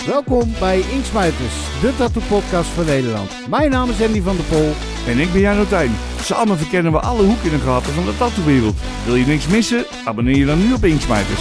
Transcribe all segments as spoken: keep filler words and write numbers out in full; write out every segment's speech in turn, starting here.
Welkom bij Inksmijters, de tattoo-podcast van Nederland. Mijn naam is Andy van der Pol. En ik ben Jan Otijn. Samen verkennen we alle hoeken en gaten van de tattoo-wereld. Wil je niks missen? Abonneer je dan nu op Inksmijters.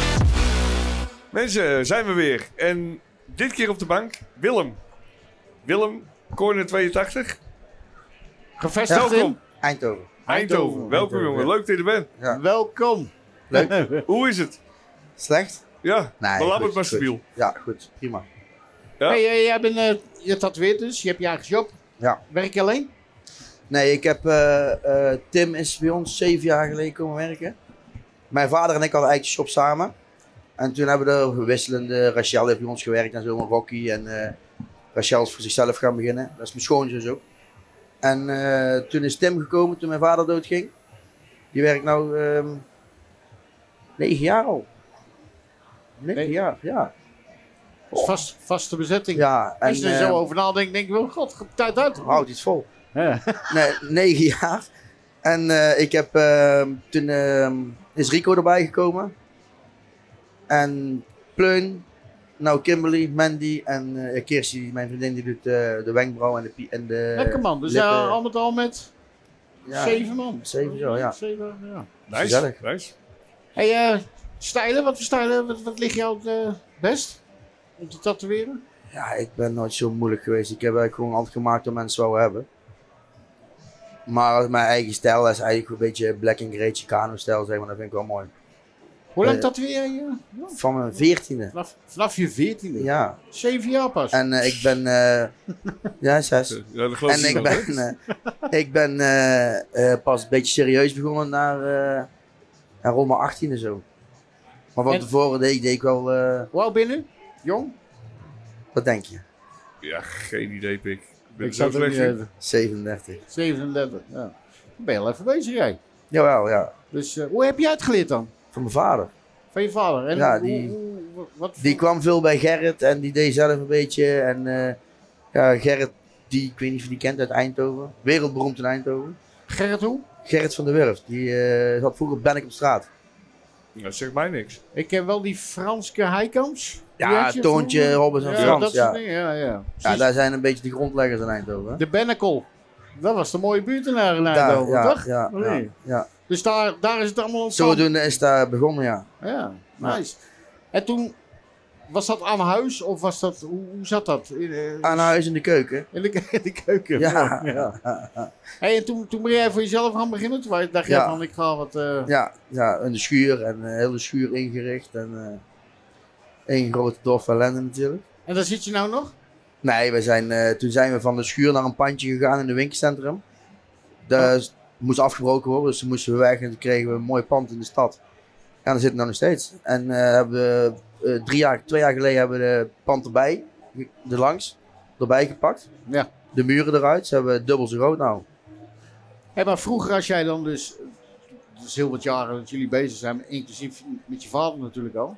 Mensen, zijn we weer. En dit keer op de bank, Willem. Willem, corner tweeëntachtig. Gevestigd Welkom. in Eindhoven. Eindhoven. Welkom Eindhoven, jongen, ja. leuk dat je er bent. Ja. Welkom. Leuk. Hoe is het? Slecht? Ja, Nee, maar laat goed, het maar goed. stabiel. Ja, goed. Prima. Ja. Hey, eh, jij bent, uh, je tatoeëert dus, je hebt je eigen job. Ja. Werk je alleen? Nee, ik heb... eh, eh, Tim is bij ons zeven jaar geleden komen werken. Mijn vader en ik hadden eigenlijk de shop samen. En toen hebben we er wisselende... Rachel heeft bij ons gewerkt en zo, met Rocky. En eh Rachel is voor zichzelf gaan beginnen. Dat is mijn schoonzus ook. En eh, toen is Tim gekomen toen mijn vader doodging. Die werkt nu ehm negen jaar al. Negen Nee. jaar, ja. Dat is vast, vaste bezetting. Ja, en Als je er eh, zo over nadenkt, denk ik wel, god, gaat tijd uit. houdt iets vol. Ja. Nee, negen jaar. En eh, ik heb, uh, toen uh, is Rico erbij gekomen. En Pleun, nou Kimberly, Mandy en uh, Kirsi, mijn vriendin, die doet uh, de wenkbrauw en de, pie- en de Lekker man, dus lippen. ja, al met al met Ja, zeven man. zeven zo, ja. Zeven, ja. Nice, Gezellig. nice. Hey, uh, stijlen, wat voor stijlen, wat, wat ligt jou het uh, best om te tatoeëren? Ja, ik ben nooit zo moeilijk geweest. Ik heb eigenlijk gewoon altijd gemaakt door mensen zouden hebben. Maar mijn eigen stijl is eigenlijk een beetje black and grey Chicano stijl, zeg maar. Dat vind ik wel mooi. Hoe lang Eh, tatoeëer je? Ja, Van mijn veertiende. vanaf, vanaf je veertiende? Ja. Zeven jaar pas? En uh, ik ben... Uh, ja, zes. Ja, dat geloof En ik wel, ben, hè? eh, ik ben eh, eh, pas een beetje serieus begonnen naar, uh, naar rond mijn achttiende zo. Maar van En- tevoren deed, ik- deed ik wel, uh, Hoe oud ben je? Jong? wat denk je? Ja, geen idee, pik. Ik ben Ik er zou zo het ook slecht niet in. weten. zevenendertig. zevenendertig, ja. Dan ben je al even bezig jij. Jawel, ja. Dus uh, hoe heb je uitgeleerd dan? Van mijn vader. Van je vader? En Ja, hoe- die- hoe- hoe- wat Die voor- kwam veel bij Gerrit en die deed zelf een beetje. En uh, ja, Gerrit, die, ik weet niet of je die kent uit Eindhoven. Wereldberoemd in Eindhoven. Gerrit hoe? Gerrit van der Wurf. Die uh, zat vroeger op Bennik op straat. Dat zegt mij niks. Ik ken wel die Franske Heikams. Die Ja, had je Toontje, vroeger? Robbins en ja, Frans. Dat Ja. soort dingen, ja, ja. Ja, Precies. daar zijn een beetje de grondleggers in Eindhoven. Hè? De Bennekel. Dat was de mooie buurt in Daar, Eindhoven, ja, toch? ja, Of ja, niet? ja. Dus daar, daar is het allemaal ontstaan. Zodoende is daar begonnen, ja. Ja, nice. En toen, was dat aan huis of was dat, hoe, hoe zat dat? In, eh, Aan huis in de keuken. In de, in de keuken. Ja, mooi, ja, ja, Hey, en toen, toen ben jij voor jezelf gaan beginnen? Toen dacht jij Ja. van, ik ga wat... eh, ja, ja, in de schuur en een hele schuur ingericht. En uh, één grote dorp van ellende natuurlijk. En daar zit je nou nog? Nee, we zijn, uh, toen zijn we van de schuur naar een pandje gegaan in het winkelcentrum. Dat moest afgebroken worden, dus toen moesten we weg en toen kregen we een mooi pand in de stad. Ja, daar zitten we nou nog steeds. En uh, hebben we uh, drie jaar, twee jaar geleden hebben we de pand erbij, er langs, erbij gepakt. Ja. De muren eruit, ze hebben dubbel zo groot nou. Hey, maar vroeger als jij dan dus... Het is heel wat jaren dat jullie bezig zijn, inclusief met je vader natuurlijk al.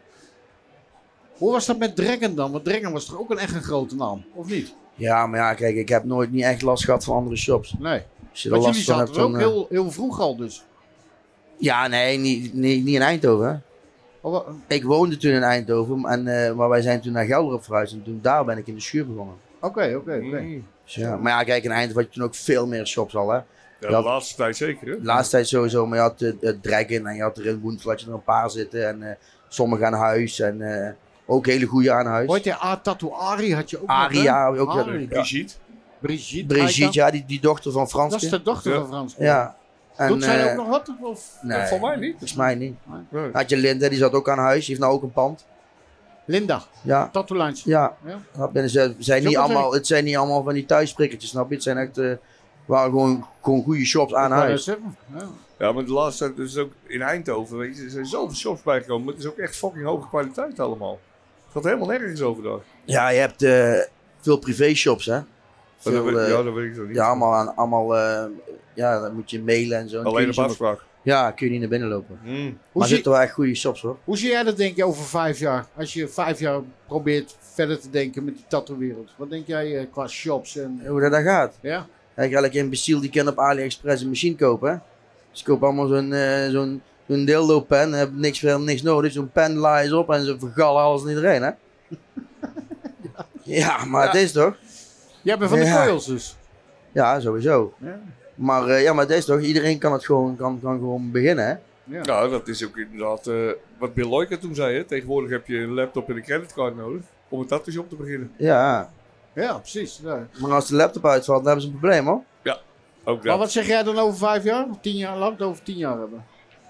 Hoe was dat met Dragon dan? Want Dragon was toch ook een echt een grote naam, of niet? Ja, maar ja, kijk, ik heb nooit niet echt last gehad van andere shops. Nee. Als je er Want jullie last van zaten hebt, er ook dan, uh, heel, heel vroeg al dus. Ja, nee, niet, niet, niet in Eindhoven. Hè. Oh, wa- Ik woonde toen in Eindhoven, en, uh, maar wij zijn toen naar Gelderop verhuisd en toen daar ben ik in de schuur begonnen. Oké, oké, oké. Mm. Dus ja, maar ja, kijk, in Eindhoven had je toen ook veel meer shops al, hè. Ja, de Ja. laatste tijd zeker, hè? De laatste tijd sowieso, maar je had het uh, Dragon en je had er in Woensel had je er een paar zitten en uh, sommige aan huis en uh, ook hele goede aan huis. Hoort je A Tattoo Ari had je ook nog, hè? Aria, ook ja. Ari. Ja. Brigitte. Brigitte. Brigitte, Heikam. ja, die, die dochter van Dat is Franske. de dochter Ja. van Frans. Ja. En, Doet zij uh, ook nog wat? Of? Nee, Ja, voor mij niet. volgens mij niet. Nee. Had je Linda, die zat ook aan huis, die heeft nou ook een pand. Linda, Ja, Tattoo Lounge. ja. Ja. Snap je? En ze zijn Is niet ook wat allemaal, het zijn niet allemaal van die thuisprikkertjes, snap je? Het zijn echt, uh, waren gewoon, gewoon goede shops aan Ik wou huis. net zeggen, ja. Ja, maar de laatste tijd is ook in Eindhoven, weet je, er zijn zoveel shops bijgekomen. Maar het is ook echt fucking hoge kwaliteit allemaal. Het gaat helemaal nergens over daar. Ja, je hebt uh, veel privéshops, hè? Maar Veel, dat weet, uh, ja, dat weet ik zo niet. ja, allemaal, aan, allemaal uh, ja, dan moet je mailen en zo. Dan kun Alleen je op zomaar- afspraak. Ja, kun je niet naar binnen lopen. Mm. Hoe, Maar er zie, zitten wel echt goede shops, hoor. hoe zie jij dat, denk je, over vijf jaar? Als je vijf jaar probeert verder te denken met die tattoo-wereld. Wat denk jij eh, qua shops? En, Hoe dat dan gaat. ja? Kijk, elke imbeciel die kan op AliExpress een machine kopen, hè? Ze kopen allemaal zo'n uh, zo'n zo'n dildo pen, hebben niks, verder niks nodig. Zo'n pen laaien ze op en ze vergallen alles en iedereen, hè? Ja, maar Ja. het is toch? Jij bent van de Ja. coils dus. Ja, sowieso. Ja. Maar, uh, ja, maar het is toch? Iedereen kan het gewoon, kan, kan gewoon beginnen, hè? Ja. Nou, dat is ook inderdaad uh, wat Bill Loiker toen zei. Hè? Tegenwoordig heb je een laptop en een creditcard nodig om een tattoo shop te beginnen. Ja. Ja, precies. Ja. Maar als de laptop uitvalt, dan hebben ze een probleem, hoor. Ook Maar dat. wat zeg jij dan over vijf jaar? Of tien jaar? Laat het over tien jaar hebben.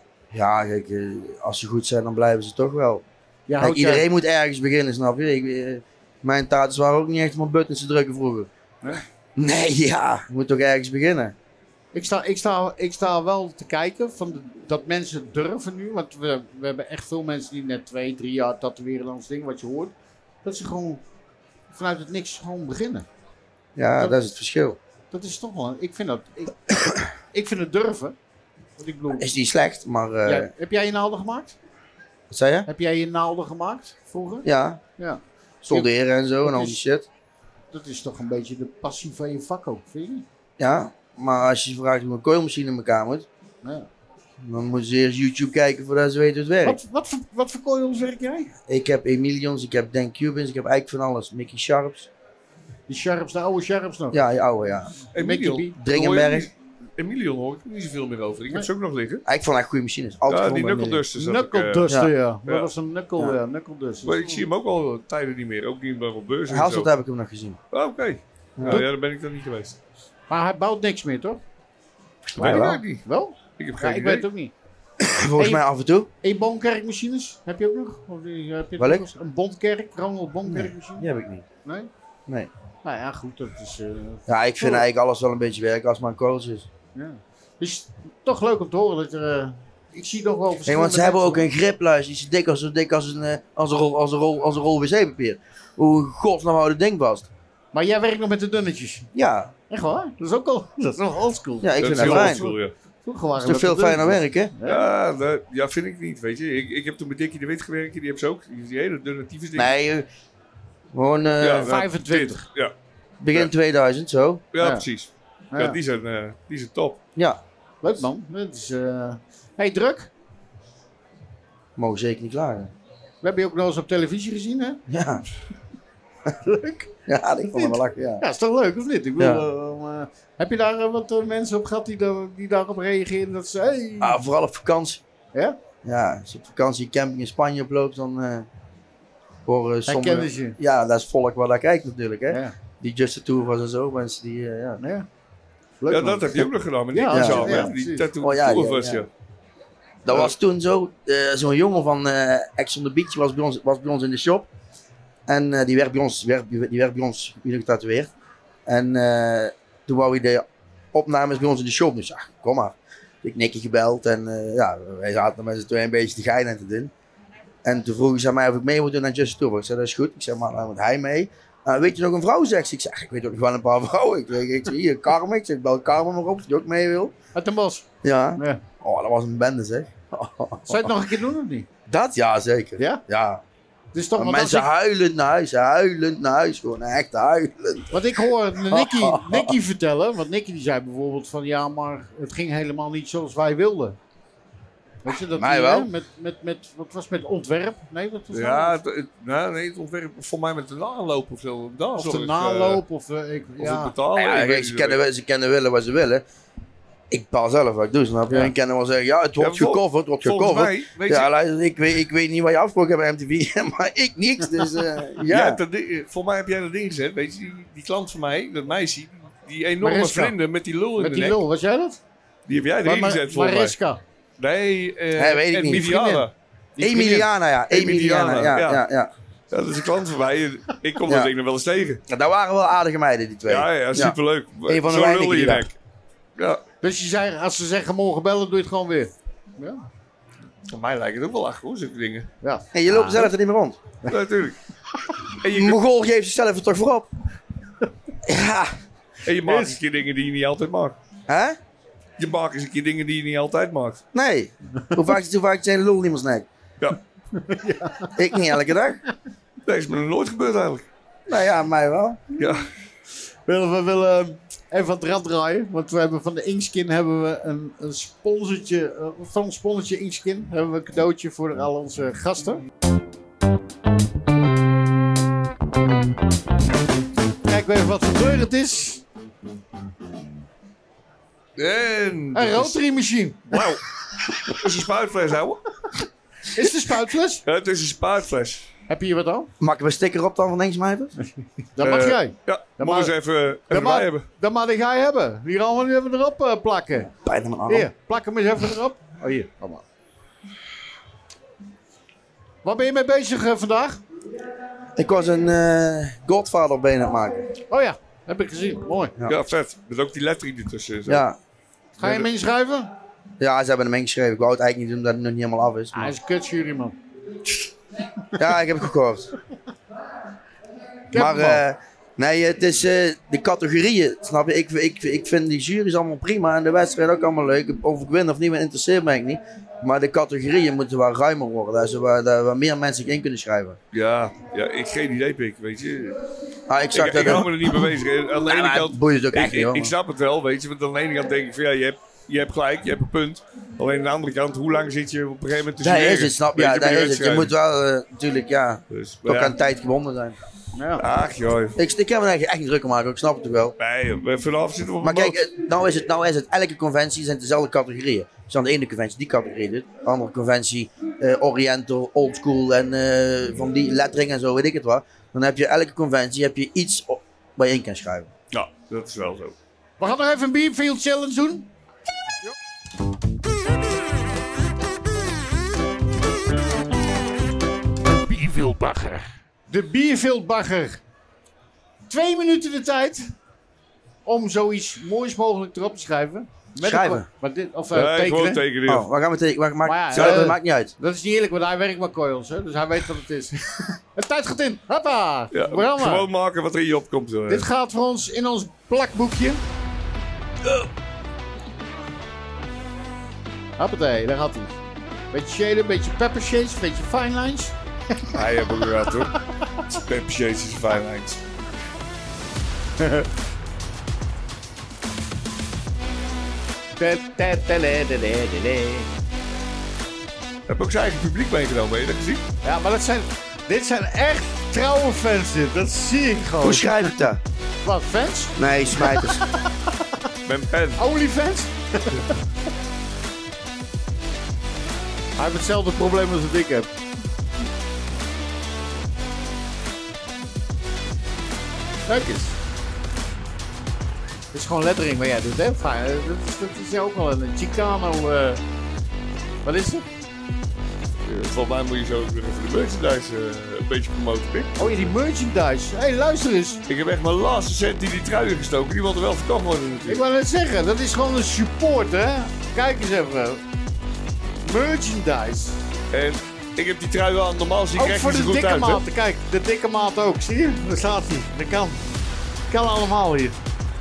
Ja, kijk, uh, als ze goed zijn, dan blijven ze toch wel. Ja, Kijk, houdt jij- iedereen moet ergens beginnen, snap je? Ik, uh, mijn tattoos waren ook niet echt om op buttons te drukken vroeger. Nee? Nee, ja. Je moet toch ergens beginnen. Ik sta, ik, sta, ik sta wel te kijken van de- dat mensen durven nu. Want we, we hebben echt veel mensen die net twee, drie jaar tatoeëren aan ons ding, wat je hoort. Dat ze gewoon vanuit het niks gewoon beginnen. Ja, Dat- dat is het verschil. Dat is toch wel... een- Ik vind dat... Ik, ik vind het durven. Want ik bedoel... Is niet slecht, maar... Uh, jij- heb jij je naalden gemaakt? Wat zei je? Heb jij je naalden gemaakt vroeger? Ja, Ja. solderen en zo en Dat al is- die shit. Dat is toch een beetje de passie van je vak ook, vind je niet? Ja, maar als je vraagt hoe een coilmachine in elkaar moet, Ja. dan moeten ze eerst YouTube kijken voordat ze weten hoe het werkt. Wat, wat, voor, wat voor coils werk jij? Ik heb Emilions, ik heb Dan Cubans, ik heb eigenlijk van alles. Mickey Sharps. Die Sharps, de oude Sharps nog? Ja, die oude, ja. Emilion. Mickey B. Dringenberg. Emilion hoor ik niet zoveel meer over. Ik heb Nee. ze ook nog liggen. Ik vond echt goede machines. Altijd Ja, gewoon die bij knuckle Emilion. dusters. had ik, eh, Knuckle duster, ja. Ja. Dat was een knuckle, Ja. ja. Knuckle duster. Maar ik zie hem ook al tijden niet meer. Ook niet meer op beurs en Hasselt zo. heb ik hem nog gezien. Ah, Oké. Ja. Nou ja, daar ben ik dan niet geweest. Maar hij bouwt niks meer, toch? Weet ik wel. eigenlijk niet. Wel? Ik heb Ja, geen ik idee. weet het ook niet. Volgens Hey. mij af en toe. Een Boonkerkmachines, heb je ook nog? Of die, heb je Welk? nog eens? Een Bondkerk, Ronald Boonkerkmachine? Die heb ik niet. Nee? Nee. Nou ja, goed, dat is... eh, Ja, ik vind Oh. eigenlijk alles wel een beetje werken als het maar een coils is. ja. Dus toch leuk om te horen dat er... eh, ik zie nog wel Nee, verschillende want ze hebben ook mensen- een gripluis. Die is dik als, zo dik als een, eh, als een rol, als een rol, als een rol wc-papier. Hoe godsnaam houdt het ding vast? Maar jij werkt nog met de dunnetjes. Ja, Echt waar? Dat is ook al... Dat is nog oldschool. ja ik Dat vind is dat heel fijn. oldschool, ja. Vroeger waren Dat is toch dat veel de fijner dunnetjes. werk, hè? Ja, dat, ja, vind ik niet, weet je. Ik, ik heb toen met Dickie de Wit gewerkt, die heeft ze ook. Die, die hele dunne tyfus dingen. Nee, eh, gewoon eh, Ja, vijfentwintig. Ja, begin ja. tweeduizend, zo. ja, Ja. precies. Ja. Ja. die, zijn, eh, die zijn top. Ja, Leuk man. Dat is... eh hey, druk. mogen zeker niet klagen. We hebben je ook nog eens op televisie gezien, hè? Ja, Leuk. ja ik vond het wel lachen, ja. Ja, is toch leuk, of niet? Ik bedoel, Ja. eh, eh, heb je daar eh, wat eh, mensen op gehad die, daar, die daarop reageren? Dat ze, hey. Ah, vooral op vakantie. Ja? Ja, als je op vakantie camping in Spanje oploopt, dan eh horen sommige... Herkennen ze je? Ja, dat is volk waar naar kijkt natuurlijk, hè. Ja. Die Just a Tour was en zo, mensen die, eh, ja. ja. Leuk, Ja, man. dat heb je ook nog gedaan met Ja, Nicky ja, samen, ja, hè? precies. Die tattoo Oh, ja, tour ja, was, ja. ja. Dat Ja. was toen zo, eh, zo'n jongen van eh Ex on the Beach was bij ons, was bij ons in de shop. En eh, die werd bij ons, werd, die werd bij ons getatoeëerd. En eh, toen wou hij de opnames bij ons in de shop. Dus ja, kom maar. Dus ik Nicky gebeld en eh, ja, wij zaten er met z'n tweeën een beetje te geinen en te doen. En toen vroeg hij mij of ik mee moet doen aan Just a Tour. Ik zei, dat is goed. Ik zei, maar dan moet hij mee. Uh, weet je nog een vrouw, zegt ze. Ik zeg, ik weet ook nog wel een paar vrouwen. Ik zeg, ik zeg hier, Carmen. Ik zeg, bel Carmen maar op, of die ook mee wil. Uit Den Bosch. Ja. Ja. Oh, dat was een bende, zeg. Zou je het nog een keer doen of niet? Dat ja, zeker. Ja? Ja. Dus toch, Maar want, als mensen ik, huilend naar huis, huilend naar huis. Gewoon echt huilend. want ik hoor Nicky, Nicky vertellen, want Nicky die zei bijvoorbeeld van ja, maar het ging helemaal niet zoals wij wilden. Weet je, dat Mij die, wel. hè, met, met, met, wat was het met ontwerp? Nee, wat was Ja, dat? het, het- nou, nee, het ontwerp voor mij met de naloop of zo. Dat Of zorg, de eh, naloop, of uh, ik, Of ja. het betalen. Ja, ik weet kijk, niet ze, zo. kennen, ze kennen willen wat ze willen. Ik bepaal zelf wat ik doe, snap je? Ja. En kennen wel zeggen, ja, het wordt Ja, vol- gecoverd, het wordt Volgens gecoverd. mij, weet Ja, je, luister, ik weet, ik weet niet wat je afgesproken hebt bij M T V, maar ik niks. Dus uh, jij ja. hebt dat ding- voor mij heb jij dat ding gezet. Weet je, die, die klant van mij, dat meisje, die, die enorme Mariska. vlinder met die lul in Met de die nek. lul, was jij dat? Die heb jij erin Maar- gezet volgens mij. Mariska. Nee, eh Hè, weet ik en niet. Miviana. Vriendin. Die vriendin. Emiliana, ja. Emiliana, Emiliana, ja, ja. ja, ja. Ja, dat is een klant van mij. Ik kom Ja. dat ding nog wel eens tegen. Ja, dat waren wel aardige meiden, die twee. Ja, ja, superleuk. Een van de Zo'n weinigen lul in je die nek. Ja, Dus je zei, als ze zeggen morgen bellen, doe je het gewoon weer. Ja. voor mij lijkt het ook wel achter hoor, zulke dingen. Ja. En je loopt zelf er niet meer rond. Ja, natuurlijk. En je, Mogol geeft zichzelf er toch voorop. Ja. en je maakt eens een keer dingen die je niet altijd maakt. Hè? Je maakt eens een keer dingen die je niet altijd maakt. Nee. Hoe vaak, hoe vaak zijn lul in iemands nek? Ja. Ik niet elke dag. Dat is me nog nooit gebeurd eigenlijk. Nou ja, mij wel. Ja. We, we willen even wat rad draaien. Want we hebben van de Inkskin hebben we een, een sponsortje. Uh, van een sponsortje Inkskin hebben we een cadeautje voor al onze gasten. is En... een rotary machine. Wauw. Dat is een spuitfles, ouwe. Is het een spuitfles? Ja, het is een spuitfles. Heb je hier wat aan? Mag ik een sticker op dan van Linksmijters? Dat mag Eh, jij. Ja, Dat moet eens mag- even, even Dat bij mag, hebben. dat mag die jij hebben. Die gaan we nu even erop uh, plakken. Pijn aan mijn arm. Hier, plak hem eens even erop. Oh, hier. Kom maar. Waar ben je mee bezig uh, vandaag? Ik was een uh, Godfather been aan het maken. Oh ja, heb ik gezien. Mooi. Ja. Ja, vet. Met ook die lettering ertussen. Zo. Ja. Ga je hem inschrijven? Ja, ze hebben hem ingeschreven. Ik wou het eigenlijk niet doen omdat het nog niet helemaal af is. Ah, hij Maar... is een kutjury, man. Ja, ik heb het gehoord. Ik heb Maar hem al. eh, nee, het is eh, de categorieën, snap je? Ik, ik, ik vind die jury's allemaal prima en de wedstrijd ook allemaal leuk. Of ik win of niet, interesseert mij niet. Maar de categorieën moeten wel ruimer worden, dat, ze, waar, dat waar meer mensen zich in kunnen schrijven. Ja, ja, ik geen idee, Pik, weet je. Ah, ik zag Ik, dat ik hou me er niet mee bezig. Aan de Ja, ene maar kant... het boeit het ook ik, echt niet, ik, hoor. ik snap het wel, weet je. Want aan de ene kant denk ik van ja, je hebt, je hebt gelijk, je hebt een punt. Alleen aan de andere kant, hoe lang zit je op een gegeven moment te Daar studeren? is het, snap je? Weet Ja, daar bij de is het. Je wedstrijden. moet wel eh, natuurlijk, ja, Dus, toch ja. aan tijd gebonden zijn. Ja. Ach joh. Ik, ik heb me eigenlijk echt niet druk om maken, ik snap het toch wel. Nee, we- vanaf zitten we op Maar een kijk, boot. eh, nou is, het, nou is het, elke conventie zijn dezelfde categorieën. Dus aan de ene conventie die categorie doet, de andere conventie eh, Oriental, Oldschool en eh, van die lettering en zo, weet ik het wat. Dan heb je elke conventie heb je iets op, waar je in kan schrijven. Ja, dat is wel zo. We gaan nog even een Beerfield Challenge doen. Bierveelbagger. De Bierfieldbagger. Twee minuten de tijd om zoiets moois mogelijk erop te schrijven. Met Schrijven? een ko- maar dit, of uh, Nee, gewoon tekenen. tekenen. Oh, waar gaan we tegen? Waar, maakt, Maar ja, ja, eh, dat maakt niet uit. Dat is niet eerlijk, want hij werkt met coils, hè? Dus hij weet wat het is. De tijd gaat in. Hoppa. Ja, Programma. gewoon maken wat er in je opkomt. Zo. Dit gaat voor ons in ons plakboekje. Hoppatee, daar gaat hij. Beetje shaden, beetje pepper shades, beetje fine lines. Ja, je hebt ook gehad hoor. Pepper shades is een fijn eind. Heb ook zijn eigen publiek meegenomen, heb je dat gezien? Ja, maar dat zijn, dit zijn echt trouwe fans dit. Dat zie ik gewoon. Hoe schrijf ik dat? Wat, fans? Nee, smijters. Met pen. Onlyfans? Hij heeft hetzelfde probleem als dat ik heb. Kijk eens. Het is gewoon lettering, maar ja, dat is heel fijn. Dat is, dat is ook wel een Chicano. eh Wat is het? Uh, volgens mij moet je zo even de merchandise uh, een beetje promoten, Pik. Oh ja, die merchandise. Hé, hey, luister eens. Ik heb echt mijn laatste cent in die truien gestoken. Die wilde wel verkocht worden Ik natuurlijk. wou net zeggen, dat is gewoon een support, hè? Kijk eens even. Merchandise. En ik heb die trui aan. Normaal zie ik Ook echt voor niet de zo goed dikke uit. hè. maat. Kijk, de dikke maat ook. Zie je? Daar staat hij. Dat kan. Kan allemaal hier.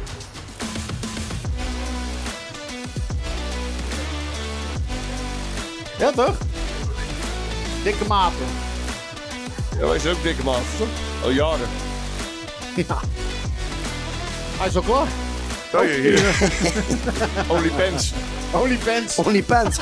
Ja, toch? Dikke maten. Ja, wij zijn ook dikke maat, toch? Al jaren. Ja. Hij is al klaar. Oh, hier, hier. Only pens. Onlyfans. Onlypants.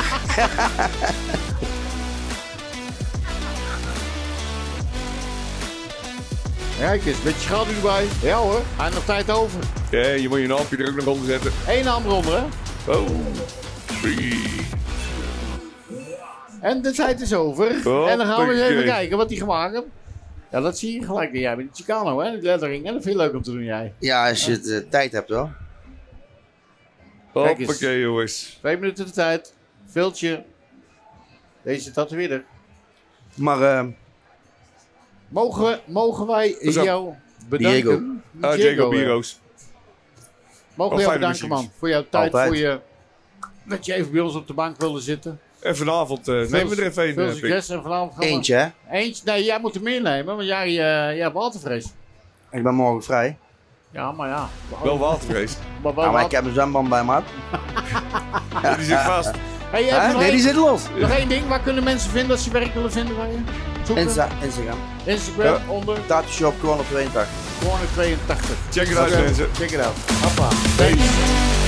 Kijk eens, beetje schaduw erbij. Ja hoor, hij heeft nog tijd over. Ja, je moet je naampje er ook nog onder zetten. Eén naam eronder, hè? Oh. Three. En de tijd is over. En dan gaan we eens even kijken wat hij gemaakt heeft. Ja, dat zie je gelijk. Jij met die Chicano, hè? Die lettering. En dat vind je leuk om te doen, jij. Ja, als je het, eh, tijd hebt wel. Kijk eens. Hoppakee, jongens. Twee minuten de tijd. Viltje. Deze tatoeëerder. Maar eh, Mogen, we, mogen wij Zo. jou bedanken? Diego. Ah, Diego ja. Biro's. Mogen Oh, we jou fijne bedanken, muziek. man. Voor jouw tijd. Altijd. Voor je, dat je even bij ons op de bank wilde zitten. En vanavond uh, nemen we er even een. Veel eh, Pik. succes. En vanavond gaan we... eentje, hè? Eentje. Nee, jij moet er meer nemen. Want jij, uh, jij hebt watervrees. Ik ben morgen vrij. Ja, maar ja. Wel watervrees. Maar wel Ja, maar wat- ik heb een zwemband bij me. Ja, die zit vast. Hey, even Hè? nog, Nee, één, die zit los. nog één ding. Waar kunnen mensen vinden als ze werk willen vinden van je? Zoeken. Insta Instagram. Instagram Ja. onder Tattoo Shop, gewoon op tweeëntachtig. Corner tweeëntachtig. Check it out, Instagram. mensen. Check it out. Hoppa. Thanks.